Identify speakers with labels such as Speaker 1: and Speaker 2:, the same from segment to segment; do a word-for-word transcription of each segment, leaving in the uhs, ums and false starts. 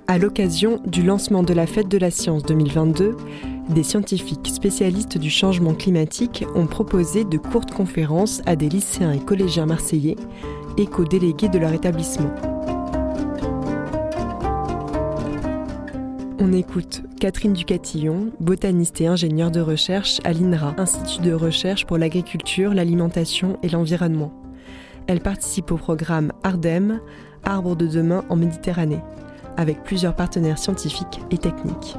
Speaker 1: À l'occasion du lancement de la Fête de la Science deux mille vingt-deux, des scientifiques spécialistes du changement climatique ont proposé de courtes conférences à des lycéens et collégiens marseillais, éco-délégués de leur établissement. On écoute Catherine Ducatillon, botaniste et ingénieure de recherche à l'I N R A, Institut de recherche pour l'agriculture, l'alimentation et l'environnement. Elle participe au programme ARDEM, Arbres de demain en Méditerranée, avec plusieurs partenaires scientifiques et techniques.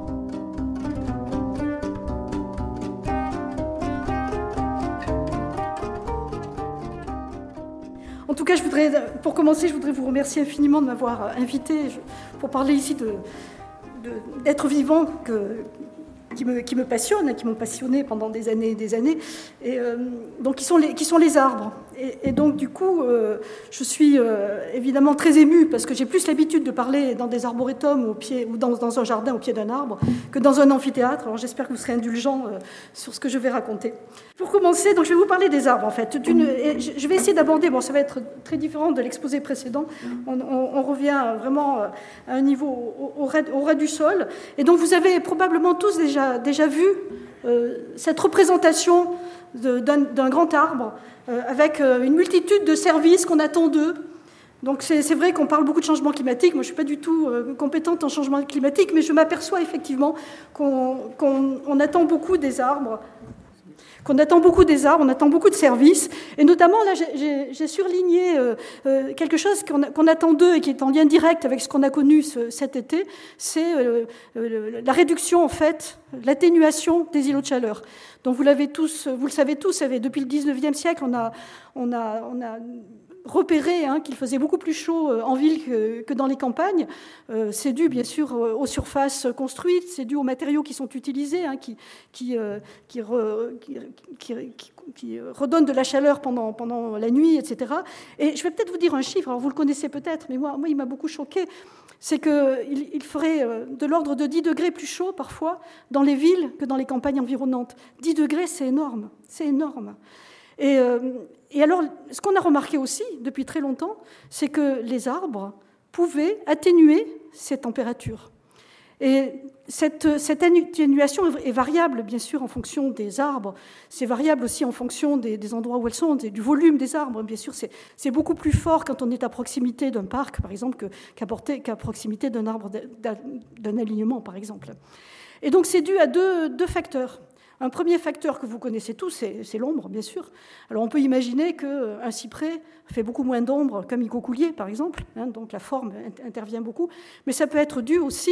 Speaker 2: En tout cas, je voudrais, pour commencer, je voudrais vous remercier infiniment de m'avoir invité pour parler ici de, de, d'être vivant que, qui, me, qui me passionne, qui m'ont passionné pendant des années et des années, et euh, donc qui sont les, qui sont les arbres. Et, et donc, du coup, euh, je suis euh, évidemment très émue parce que j'ai plus l'habitude de parler dans des arboretums au pied, ou dans, dans un jardin au pied d'un arbre que dans un amphithéâtre. Alors, j'espère que vous serez indulgents euh, sur ce que je vais raconter. Pour commencer, donc, je vais vous parler des arbres, en fait. D'une, et je vais essayer d'aborder, bon, ça va être très différent de l'exposé précédent. On, on, on revient vraiment à un niveau au, au, ras, au ras du sol. Et donc, vous avez probablement tous déjà, déjà vu euh, cette représentation de, d'un, d'un grand arbre euh, avec euh, une multitude de services qu'on attend d'eux. Donc c'est, c'est vrai qu'on parle beaucoup de changement climatique. Moi, je ne suis pas du tout euh, compétente en changement climatique, mais je m'aperçois effectivement qu'on, qu'on on attend beaucoup des arbres, qu'on attend beaucoup des arbres, on attend beaucoup de services. Et notamment, là, j'ai, j'ai, j'ai surligné euh, euh, quelque chose qu'on, qu'on attend d'eux et qui est en lien direct avec ce qu'on a connu ce, cet été, c'est euh, euh, la réduction, en fait, l'atténuation des îlots de chaleur. Donc vous l'avez tous, vous le savez tous, depuis le dix-neuvième siècle, on a, on a, on a repéré hein, qu'il faisait beaucoup plus chaud en ville que, que dans les campagnes. Euh, c'est dû bien sûr aux surfaces construites, c'est dû aux matériaux qui sont utilisés, hein, qui, qui, euh, qui, re, qui, qui, qui, qui redonnent de la chaleur pendant, pendant la nuit, et cetera. Et je vais peut-être vous dire un chiffre, alors vous le connaissez peut-être, mais moi, moi il m'a beaucoup choqué. C'est qu'il il ferait de l'ordre de dix degrés plus chaud, parfois, dans les villes que dans les campagnes environnantes. dix degrés, c'est énorme, c'est énorme. Et, euh, et alors, ce qu'on a remarqué aussi, depuis très longtemps, c'est que les arbres pouvaient atténuer ces températures. Et cette, cette atténuation est variable, bien sûr, en fonction des arbres. C'est variable aussi en fonction des, des endroits où elles sont, des, du volume des arbres. Bien sûr, c'est, c'est beaucoup plus fort quand on est à proximité d'un parc, par exemple, que, qu'à, portée, qu'à proximité d'un arbre, d'un alignement, par exemple. Et donc, c'est dû à deux, deux facteurs. Un premier facteur que vous connaissez tous, c'est, c'est l'ombre, bien sûr. Alors, on peut imaginer qu'un cyprès fait beaucoup moins d'ombre qu'un micocoulier, par exemple. Hein, donc, la forme intervient beaucoup. Mais ça peut être dû aussi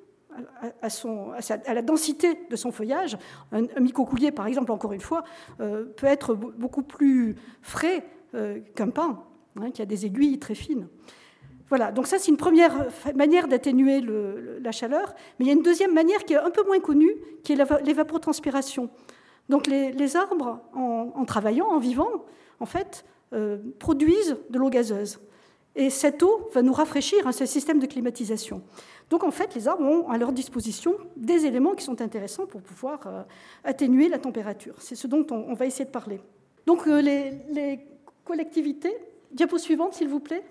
Speaker 2: À, son, à, sa, à la densité de son feuillage. Un, un micocoulier, par exemple, encore une fois, euh, peut être beaucoup plus frais euh, qu'un pin, hein, qui a des aiguilles très fines. Voilà, donc ça, c'est une première manière d'atténuer le, le, la chaleur. Mais il y a une deuxième manière qui est un peu moins connue, qui est l'évapotranspiration. Donc les, les arbres, en, en travaillant, en vivant, en fait, euh, produisent de l'eau gazeuse. Et cette eau va nous rafraîchir, hein, c'est un système de climatisation. Donc, en fait, les arbres ont à leur disposition des éléments qui sont intéressants pour pouvoir euh, atténuer la température. C'est ce dont on, on va essayer de parler. Donc, euh, les, les collectivités... Diapo suivante, s'il vous plaît.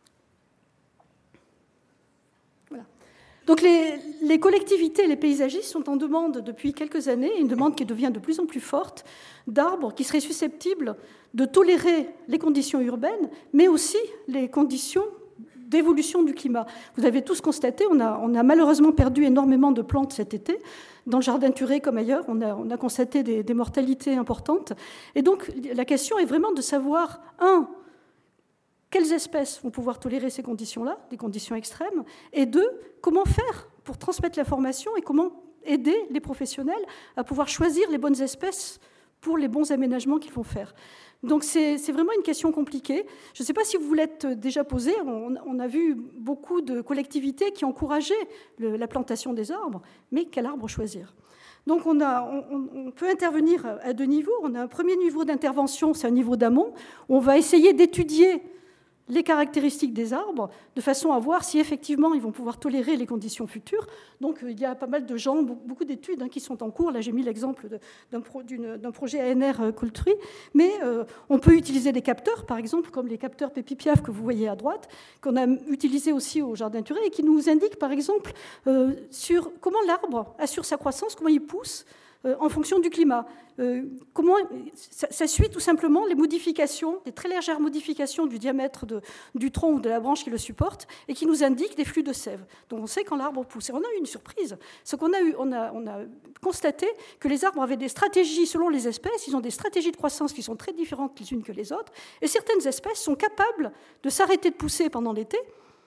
Speaker 2: Voilà. Donc, les, les collectivités, les paysagistes sont en demande depuis quelques années, une demande qui devient de plus en plus forte, d'arbres qui seraient susceptibles de tolérer les conditions urbaines, mais aussi les conditions d'évolution du climat. Vous avez tous constaté, on a, on a malheureusement perdu énormément de plantes cet été. Dans le jardin Turé comme ailleurs, on a, on a constaté des, des mortalités importantes. Et donc, la question est vraiment de savoir, un, quelles espèces vont pouvoir tolérer ces conditions-là, des conditions extrêmes, et deux, comment faire pour transmettre l'information et comment aider les professionnels à pouvoir choisir les bonnes espèces pour les bons aménagements qu'ils vont faire. Donc c'est, c'est vraiment une question compliquée. Je ne sais pas si vous vous l'êtes déjà posée. On, on a vu beaucoup de collectivités qui encourageaient le, la plantation des arbres, mais quel arbre choisir ? Donc on, a, on, on peut intervenir à deux niveaux. On a un premier niveau d'intervention, c'est un niveau d'amont, où on va essayer d'étudier les caractéristiques des arbres de façon à voir si effectivement ils vont pouvoir tolérer les conditions futures. Donc il y a pas mal de gens, beaucoup d'études hein, qui sont en cours. Là j'ai mis l'exemple d'un, pro, d'un projet A N R Coultry, mais euh, on peut utiliser des capteurs, par exemple comme les capteurs Pépi-Piaf que vous voyez à droite, qu'on a utilisés aussi au Jardin Thurey et qui nous indiquent par exemple euh, sur comment l'arbre assure sa croissance, comment il pousse en fonction du climat. Euh, comment, ça, ça suit tout simplement les modifications, les très légères modifications du diamètre de, du tronc ou de la branche qui le supporte et qui nous indiquent des flux de sève. Donc on sait quand l'arbre pousse. Et on a eu une surprise. C'est qu'on a, eu, on a, on a constaté que les arbres avaient des stratégies selon les espèces. Ils ont des stratégies de croissance qui sont très différentes les unes que les autres. Et certaines espèces sont capables de s'arrêter de pousser pendant l'été.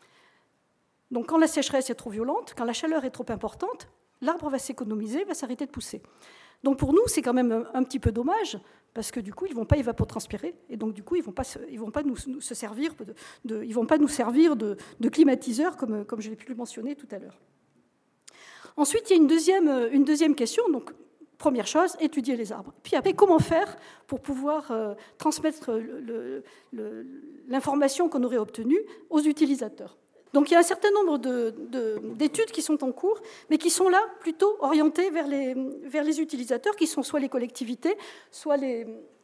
Speaker 2: Donc quand la sécheresse est trop violente, quand la chaleur est trop importante, l'arbre va s'économiser, va s'arrêter de pousser. Donc pour nous, c'est quand même un petit peu dommage, parce que du coup, ils ne vont pas évapotranspirer, et donc du coup, ils ne vont pas se, ils vont pas nous, nous se servir de, de, ils vont pas nous servir de, de climatiseurs, comme, comme je l'ai pu le mentionner tout à l'heure. Ensuite, il y a une deuxième, une deuxième question. Donc, première chose, étudier les arbres. Puis après, comment faire pour pouvoir euh, transmettre le, le, l'information qu'on aurait obtenue aux utilisateurs. Donc il y a un certain nombre de, de, d'études qui sont en cours, mais qui sont là plutôt orientées vers les, vers les utilisateurs, qui sont soit les collectivités, soit les,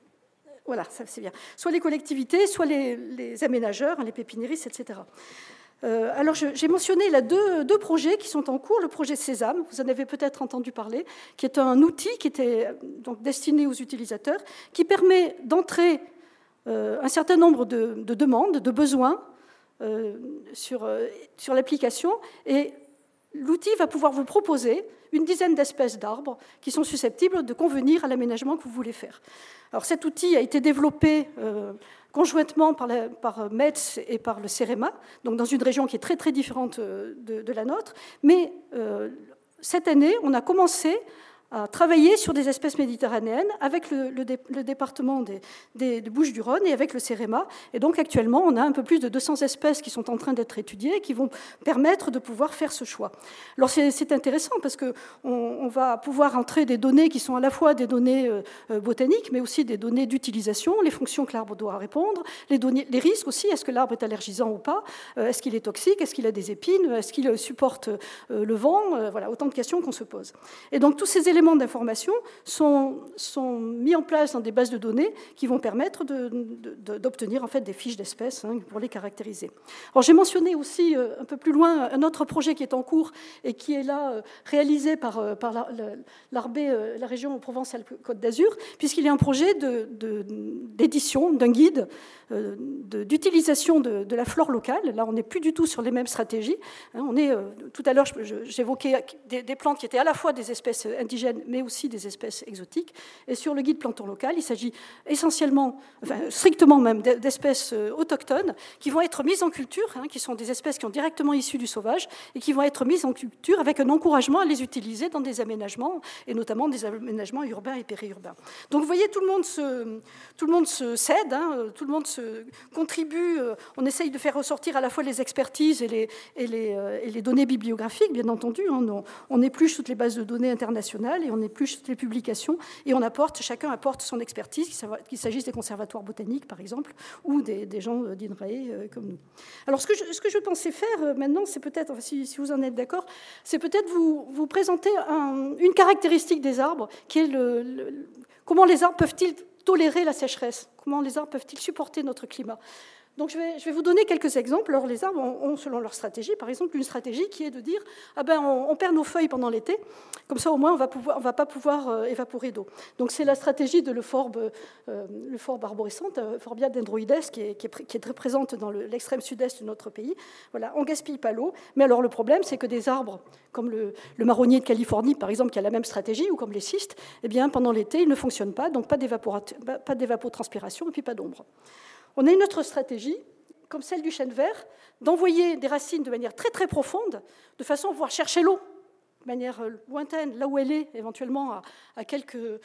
Speaker 2: voilà, ça c'est bien, soit les collectivités, soit les, les aménageurs, les pépiniéristes, et cetera. Euh, alors je, j'ai mentionné là deux, deux projets qui sont en cours. Le projet Sésame, vous en avez peut-être entendu parler, qui est un outil qui était donc destiné aux utilisateurs, qui permet d'entrer euh, un certain nombre de, de demandes, de besoins, Euh, sur, euh, sur l'application, et l'outil va pouvoir vous proposer une dizaine d'espèces d'arbres qui sont susceptibles de convenir à l'aménagement que vous voulez faire. Alors cet outil a été développé euh, conjointement par, la, par Metz et par le CEREMA, donc dans une région qui est très très différente de, de la nôtre, mais euh, cette année, on a commencé à travailler sur des espèces méditerranéennes avec le, le, dé, le département des, des, des Bouches-du-Rhône et avec le CEREMA. Et donc actuellement, on a un peu plus de deux cents espèces qui sont en train d'être étudiées et qui vont permettre de pouvoir faire ce choix. Alors c'est, c'est intéressant parce qu'on on va pouvoir entrer des données qui sont à la fois des données euh, botaniques, mais aussi des données d'utilisation, les fonctions que l'arbre doit répondre, les, données, les risques aussi, est-ce que l'arbre est allergisant ou pas, euh, est-ce qu'il est toxique, est-ce qu'il a des épines, est-ce qu'il supporte euh, le vent, euh, voilà, autant de questions qu'on se pose. Et donc tous ces éléments d'information sont, sont mis en place dans des bases de données qui vont permettre de, de, d'obtenir en fait des fiches d'espèces hein, pour les caractériser. Alors j'ai mentionné aussi euh, un peu plus loin un autre projet qui est en cours et qui est là euh, réalisé par, euh, par la, la, l'A R B, euh, la région Provence-Alpes-Côte d'Azur, puisqu'il est un projet de, de, d'édition d'un guide euh, de, d'utilisation de, de la flore locale. Là, on n'est plus du tout sur les mêmes stratégies. Hein, on est, euh, tout à l'heure, je, j'évoquais des, des plantes qui étaient à la fois des espèces indigènes mais aussi des espèces exotiques. Et sur le guide planton local, il s'agit essentiellement, enfin, strictement même, d'espèces autochtones qui vont être mises en culture, hein, qui sont des espèces qui sont directement issues du sauvage et qui vont être mises en culture avec un encouragement à les utiliser dans des aménagements, et notamment des aménagements urbains et périurbains. Donc vous voyez, tout le monde se, tout le monde se cède, hein, tout le monde se contribue. On essaye de faire ressortir à la fois les expertises et les, et les, et les données bibliographiques, bien entendu. Hein, on, on épluche toutes les bases de données internationales et on épluche toutes les publications et on apporte, chacun apporte son expertise, qu'il s'agisse des conservatoires botaniques par exemple ou des, des gens d'I N R A E euh, comme nous. Alors ce que je, ce que je pensais faire euh, maintenant, c'est peut-être, enfin, si, si vous en êtes d'accord, c'est peut-être vous, vous présenter un, une caractéristique des arbres qui est le, le, comment les arbres peuvent-ils tolérer la sécheresse, comment les arbres peuvent-ils supporter notre climat. Donc je vais, je vais vous donner quelques exemples. Alors les arbres ont, ont, selon leur stratégie, par exemple, une stratégie qui est de dire ah ben, on, on perd nos feuilles pendant l'été, comme ça au moins on va pouvoir, on va pas pouvoir euh, évaporer d'eau. Donc c'est la stratégie de l'euphorbe, euh, l'euphorbe arborescente, Euphorbia dendroides, qui est, qui est, qui est très présente dans le, l'extrême sud-est de notre pays. Voilà, on gaspille pas l'eau, mais alors le problème c'est que des arbres comme le, le marronnier de Californie, par exemple, qui a la même stratégie, ou comme les cistes, eh bien pendant l'été ils ne fonctionnent pas, donc pas pas d'évapotranspiration et puis pas d'ombre. On a une autre stratégie, comme celle du chêne vert, d'envoyer des racines de manière très très profonde, de façon à pouvoir chercher l'eau, de manière lointaine, là où elle est, éventuellement à, à quelques euh,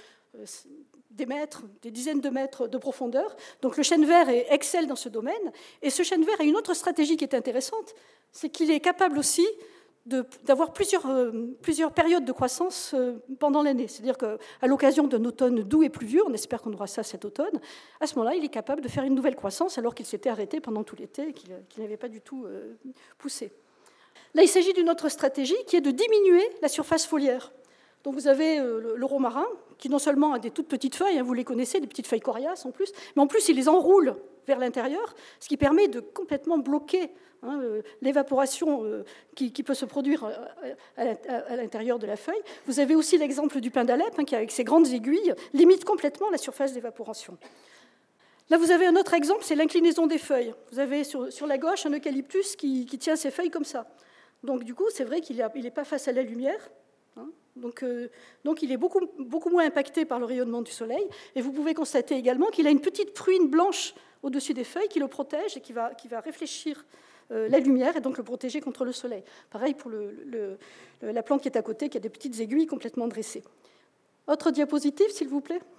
Speaker 2: des mètres, des dizaines de mètres de profondeur. Donc le chêne vert est, excelle dans ce domaine. Et ce chêne vert a une autre stratégie qui est intéressante, c'est qu'il est capable aussi de, d'avoir plusieurs, euh, plusieurs périodes de croissance euh, pendant l'année. C'est-à-dire qu'à l'occasion d'un automne doux et pluvieux, on espère qu'on aura ça cet automne, à ce moment-là, il est capable de faire une nouvelle croissance alors qu'il s'était arrêté pendant tout l'été et qu'il, qu'il n'avait pas du tout euh, poussé. Là, il s'agit d'une autre stratégie qui est de diminuer la surface foliaire. Donc vous avez euh, le romarin, qui non seulement a des toutes petites feuilles, hein, vous les connaissez, des petites feuilles coriaces en plus, mais en plus il les enroule vers l'intérieur, ce qui permet de complètement bloquer hein, euh, l'évaporation euh, qui, qui peut se produire à, à, à l'intérieur de la feuille. Vous avez aussi l'exemple du pin d'Alep, hein, qui avec ses grandes aiguilles limite complètement la surface d'évaporation. Là, vous avez un autre exemple, c'est l'inclinaison des feuilles. Vous avez sur, sur la gauche un eucalyptus qui, qui tient ses feuilles comme ça. Donc du coup, c'est vrai qu'il n'est pas face à la lumière. Hein. Donc, euh, donc il est beaucoup, beaucoup moins impacté par le rayonnement du soleil. Et vous pouvez constater également qu'il a une petite pruine blanche au-dessus des feuilles qui le protège et qui va, qui va réfléchir euh, la lumière et donc le protéger contre le soleil. Pareil pour le, le, le, la plante qui est à côté, qui a des petites aiguilles complètement dressées. Autre diapositive, s'il vous plaît.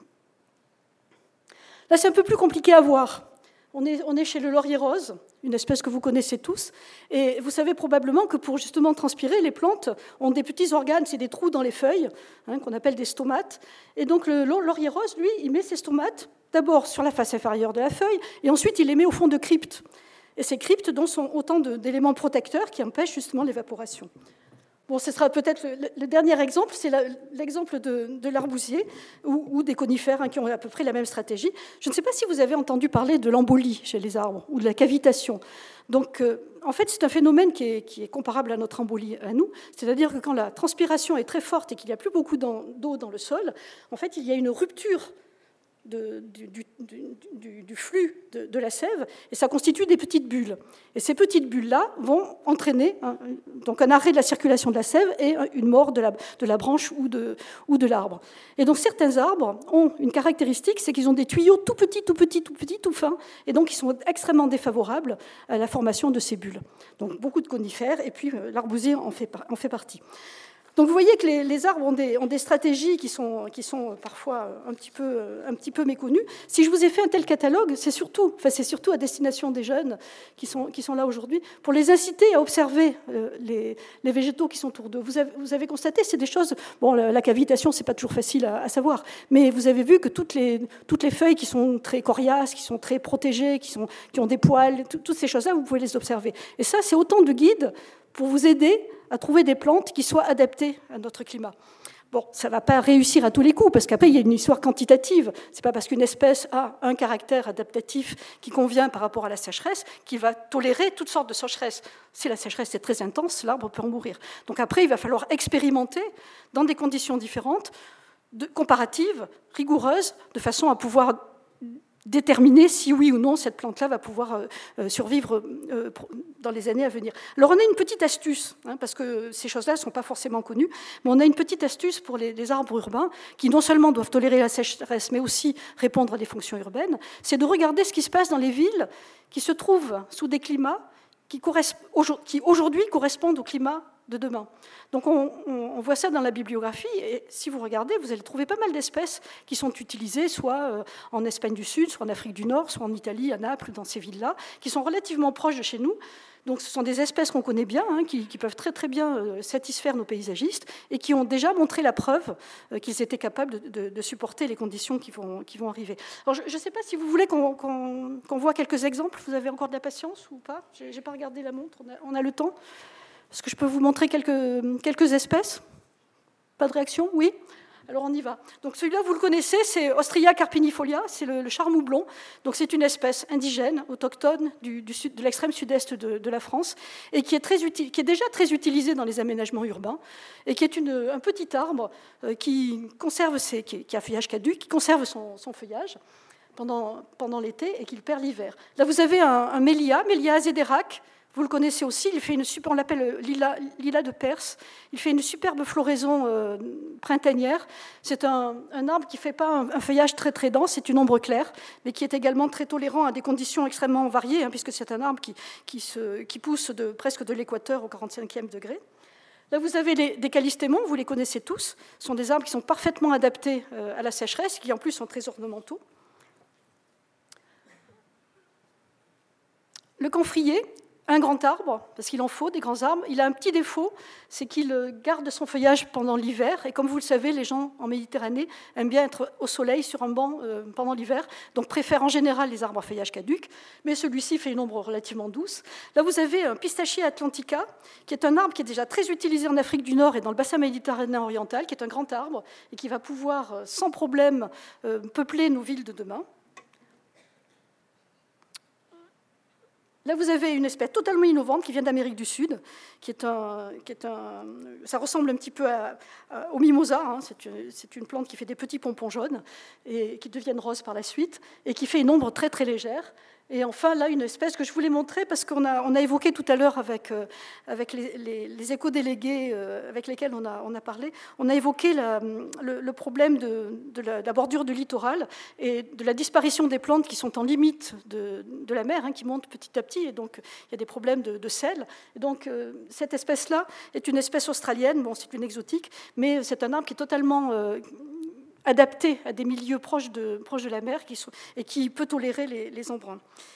Speaker 2: Là, c'est un peu plus compliqué à voir. On est, on est chez le laurier rose, une espèce que vous connaissez tous. Et vous savez probablement que pour justement transpirer, les plantes ont des petits organes, c'est des trous dans les feuilles, hein, qu'on appelle des stomates. Et donc le laurier rose, lui, il met ses stomates d'abord sur la face inférieure de la feuille, et ensuite il les met au fond de cryptes. Et ces cryptes donc, sont autant de, d'éléments protecteurs qui empêchent justement l'évaporation. Bon, ce sera peut-être le, le dernier exemple, c'est la, l'exemple de, de l'arbousier ou, ou des conifères hein, qui ont à peu près la même stratégie. Je ne sais pas si vous avez entendu parler de l'embolie chez les arbres ou de la cavitation. Donc, euh, en fait, c'est un phénomène qui est, qui est comparable à notre embolie à nous, c'est-à-dire que quand la transpiration est très forte et qu'il n'y a plus beaucoup d'eau dans le sol, en fait, il y a une rupture De, du, du, du, du flux de, de la sève, et ça constitue des petites bulles. Et ces petites bulles-là vont entraîner un, donc un arrêt de la circulation de la sève et une mort de la, de la branche ou de, ou de l'arbre. Et donc certains arbres ont une caractéristique, c'est qu'ils ont des tuyaux tout petits, tout petits, tout petits, tout fins, et donc ils sont extrêmement défavorables à la formation de ces bulles. Donc beaucoup de conifères, et puis l'arbousier en fait, en fait partie. Donc vous voyez que les, les arbres ont des, ont des stratégies qui sont, qui sont parfois un petit, peu, un petit peu méconnues. Si je vous ai fait un tel catalogue, c'est surtout, enfin c'est surtout à destination des jeunes qui sont, qui sont là aujourd'hui, pour les inciter à observer euh, les, les végétaux qui sont autour d'eux. Vous avez, vous avez constaté, c'est des choses... Bon, la, la cavitation, c'est pas toujours facile à, à savoir, mais vous avez vu que toutes les, toutes les feuilles qui sont très coriaces, qui sont très protégées, qui, sont, qui ont des poils, tout, toutes ces choses-là, vous pouvez les observer. Et ça, c'est autant de guides pour vous aider à trouver des plantes qui soient adaptées à notre climat. Bon, ça ne va pas réussir à tous les coups, parce qu'après, il y a une histoire quantitative. Ce n'est pas parce qu'une espèce a un caractère adaptatif qui convient par rapport à la sécheresse qu'il va tolérer toutes sortes de sécheresse. Si la sécheresse est très intense, l'arbre peut en mourir. Donc après, il va falloir expérimenter dans des conditions différentes, de, comparatives, rigoureuses, de façon à pouvoir déterminer si oui ou non cette plante-là va pouvoir euh, survivre euh, dans les années à venir. Alors on a une petite astuce, hein, parce que ces choses-là ne sont pas forcément connues, mais on a une petite astuce pour les, les arbres urbains qui non seulement doivent tolérer la sécheresse, mais aussi répondre à des fonctions urbaines, c'est de regarder ce qui se passe dans les villes qui se trouvent sous des climats qui, qui aujourd'hui correspondent au climat de demain. Donc on, on, on voit ça dans la bibliographie, et si vous regardez, vous allez trouver pas mal d'espèces qui sont utilisées, soit en Espagne du Sud, soit en Afrique du Nord, soit en Italie, à Naples, dans ces villes-là, qui sont relativement proches de chez nous. Donc ce sont des espèces qu'on connaît bien, hein, qui, qui peuvent très très bien satisfaire nos paysagistes, et qui ont déjà montré la preuve euh, qu'ils étaient capables de, de, de supporter les conditions qui vont, qui vont arriver. Alors je ne sais pas si vous voulez qu'on, qu'on, qu'on voit quelques exemples, vous avez encore de la patience ou pas ? Je n'ai pas regardé la montre, on a, on a le temps ? Est-ce que je peux vous montrer quelques, quelques espèces ? Pas de réaction ? Oui ? Alors on y va. Donc celui-là, vous le connaissez, c'est Ostrea carpinifolia, c'est le, le char-moublon. Donc c'est une espèce indigène, autochtone du, du sud, de l'extrême sud-est de, de la France, et qui est, très uti- qui est déjà très utilisée dans les aménagements urbains, et qui est une, un petit arbre euh, qui conserve ses, qui, qui a feuillage caduc, qui conserve son, son feuillage pendant, pendant l'été et qui le perd l'hiver. Là, vous avez un, un mélia, Mélia azederac. Vous le connaissez aussi, il fait une super, on l'appelle lilas, lilas de Perse. Il fait une superbe floraison euh, printanière. C'est un, un arbre qui ne fait pas un, un feuillage très très dense, c'est une ombre claire, mais qui est également très tolérant à des conditions extrêmement variées, hein, puisque c'est un arbre qui, qui, se, qui pousse de, presque de l'équateur au quarante-cinquième degré. Là, vous avez les, des callistémons, vous les connaissez tous. Ce sont des arbres qui sont parfaitement adaptés euh, à la sécheresse, qui en plus sont très ornementaux. Le camphrier, un grand arbre, parce qu'il en faut des grands arbres. Il a un petit défaut, c'est qu'il garde son feuillage pendant l'hiver. Et comme vous le savez, les gens en Méditerranée aiment bien être au soleil sur un banc euh, pendant l'hiver, donc préfèrent en général les arbres à feuillage caduc. Mais celui-ci fait une ombre relativement douce. Là, vous avez un pistachier atlantica, qui est un arbre qui est déjà très utilisé en Afrique du Nord et dans le bassin méditerranéen oriental, qui est un grand arbre et qui va pouvoir sans problème euh, peupler nos villes de demain. Là, vous avez une espèce totalement innovante qui vient d'Amérique du Sud, qui est un, qui est un, ça ressemble un petit peu à, à, au mimosa. Hein, c'est, une, c'est une plante qui fait des petits pompons jaunes et qui deviennent roses par la suite, et qui fait une ombre très très légère. Et enfin, là, une espèce que je voulais montrer, parce qu'on a, on a évoqué tout à l'heure avec, euh, avec les, les, les éco-délégués euh, avec lesquels on a, on a parlé, on a évoqué la, le, le problème de, de, la, de la bordure du littoral et de la disparition des plantes qui sont en limite de, de la mer, hein, qui montent petit à petit, et donc il y a des problèmes de, de sel. Et donc euh, cette espèce-là est une espèce australienne, bon, c'est une exotique, mais c'est un arbre qui est totalement... Euh, adapté à des milieux proches de, proches de la mer qui sont, et qui peut tolérer les, les embruns.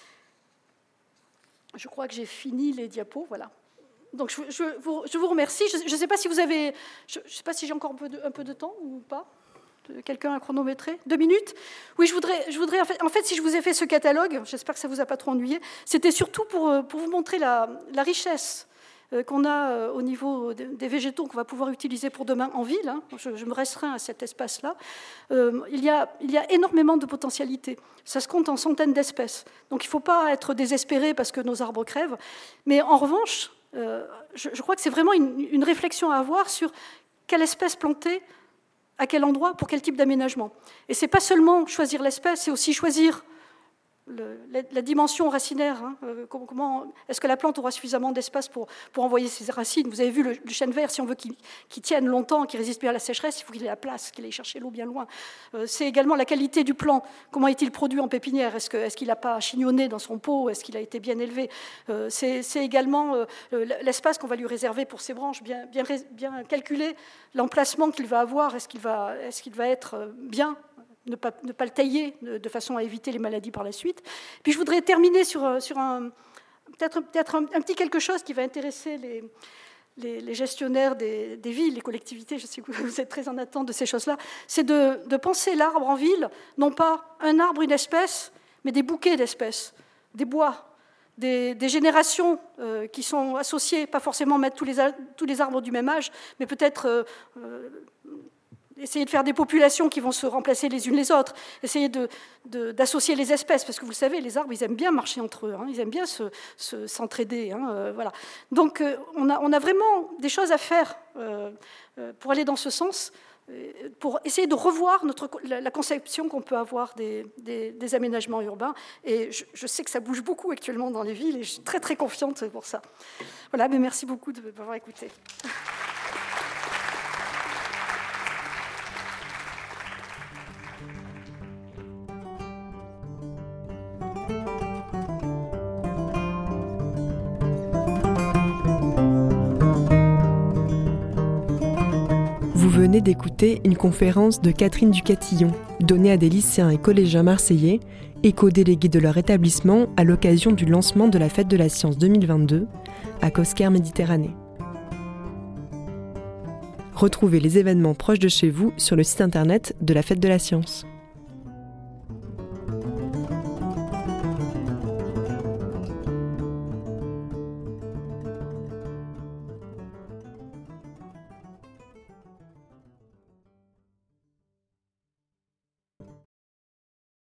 Speaker 2: Je crois que j'ai fini les diapos, voilà. Donc je, je, vous, je vous remercie. Je ne sais pas si vous avez, je ne sais pas si j'ai encore un peu de, un peu de temps ou pas. Quelqu'un a chronométré ? Deux minutes ? Oui, je voudrais, je voudrais en fait, en fait, si je vous ai fait ce catalogue, j'espère que ça ne vous a pas trop ennuyé, c'était surtout pour, pour vous montrer la, la richesse qu'on a au niveau des végétaux qu'on va pouvoir utiliser pour demain en ville. Hein. Je, je me restreins à cet espace-là. Euh, il y a, il y a énormément de potentialités. Ça se compte en centaines d'espèces. Donc il ne faut pas être désespéré parce que nos arbres crèvent. Mais en revanche, euh, je, je crois que c'est vraiment une, une réflexion à avoir sur quelle espèce planter, à quel endroit, pour quel type d'aménagement. Et ce n'est pas seulement choisir l'espèce, c'est aussi choisir Le, la, la dimension racinaire, hein, euh, comment, comment, est-ce que la plante aura suffisamment d'espace pour, pour envoyer ses racines ? Vous avez vu le, le chêne vert, si on veut qu'il, qu'il tienne longtemps, qu'il résiste bien à la sécheresse, il faut qu'il ait la place, qu'il aille chercher l'eau bien loin. Euh, c'est également la qualité du plant. Comment est-il produit en pépinière ? Est-ce, que, est-ce qu'il n'a pas chignonné dans son pot ? Est-ce qu'il a été bien élevé ? euh, c'est, c'est également euh, l'espace qu'on va lui réserver pour ses branches, bien, bien, bien calculer l'emplacement qu'il va avoir. Est-ce qu'il va, est-ce qu'il va être bien ? Ne pas, ne pas le tailler de façon à éviter les maladies par la suite. Puis je voudrais terminer sur, sur un, peut-être, peut-être un, un petit quelque chose qui va intéresser les, les, les gestionnaires des, des villes, les collectivités. Je sais que vous êtes très en attente de ces choses-là. C'est de, de penser l'arbre en ville, non pas un arbre, une espèce, mais des bouquets d'espèces, des bois, des, des générations euh, qui sont associées, pas forcément mettre tous les, tous les arbres du même âge, mais peut-être... Euh, euh, essayer de faire des populations qui vont se remplacer les unes les autres, essayer de, de, d'associer les espèces, parce que vous le savez, les arbres, ils aiment bien marcher entre eux, hein, ils aiment bien se, se, s'entraider. Hein, euh, voilà. Donc, euh, on, a, on a vraiment des choses à faire euh, pour aller dans ce sens, pour essayer de revoir notre, la, la conception qu'on peut avoir des, des, des aménagements urbains. Et je, je sais que ça bouge beaucoup actuellement dans les villes, et je suis très, très confiante pour ça. Voilà, mais merci beaucoup de m'avoir écouté.
Speaker 1: Vous venez d'écouter une conférence de Catherine Ducatillon, donnée à des lycéens et collégiens marseillais, éco-délégués de leur établissement à l'occasion du lancement de la Fête de la Science deux mille vingt-deux à Cosquer Méditerranée. Retrouvez les événements proches de chez vous sur le site internet de la Fête de la Science.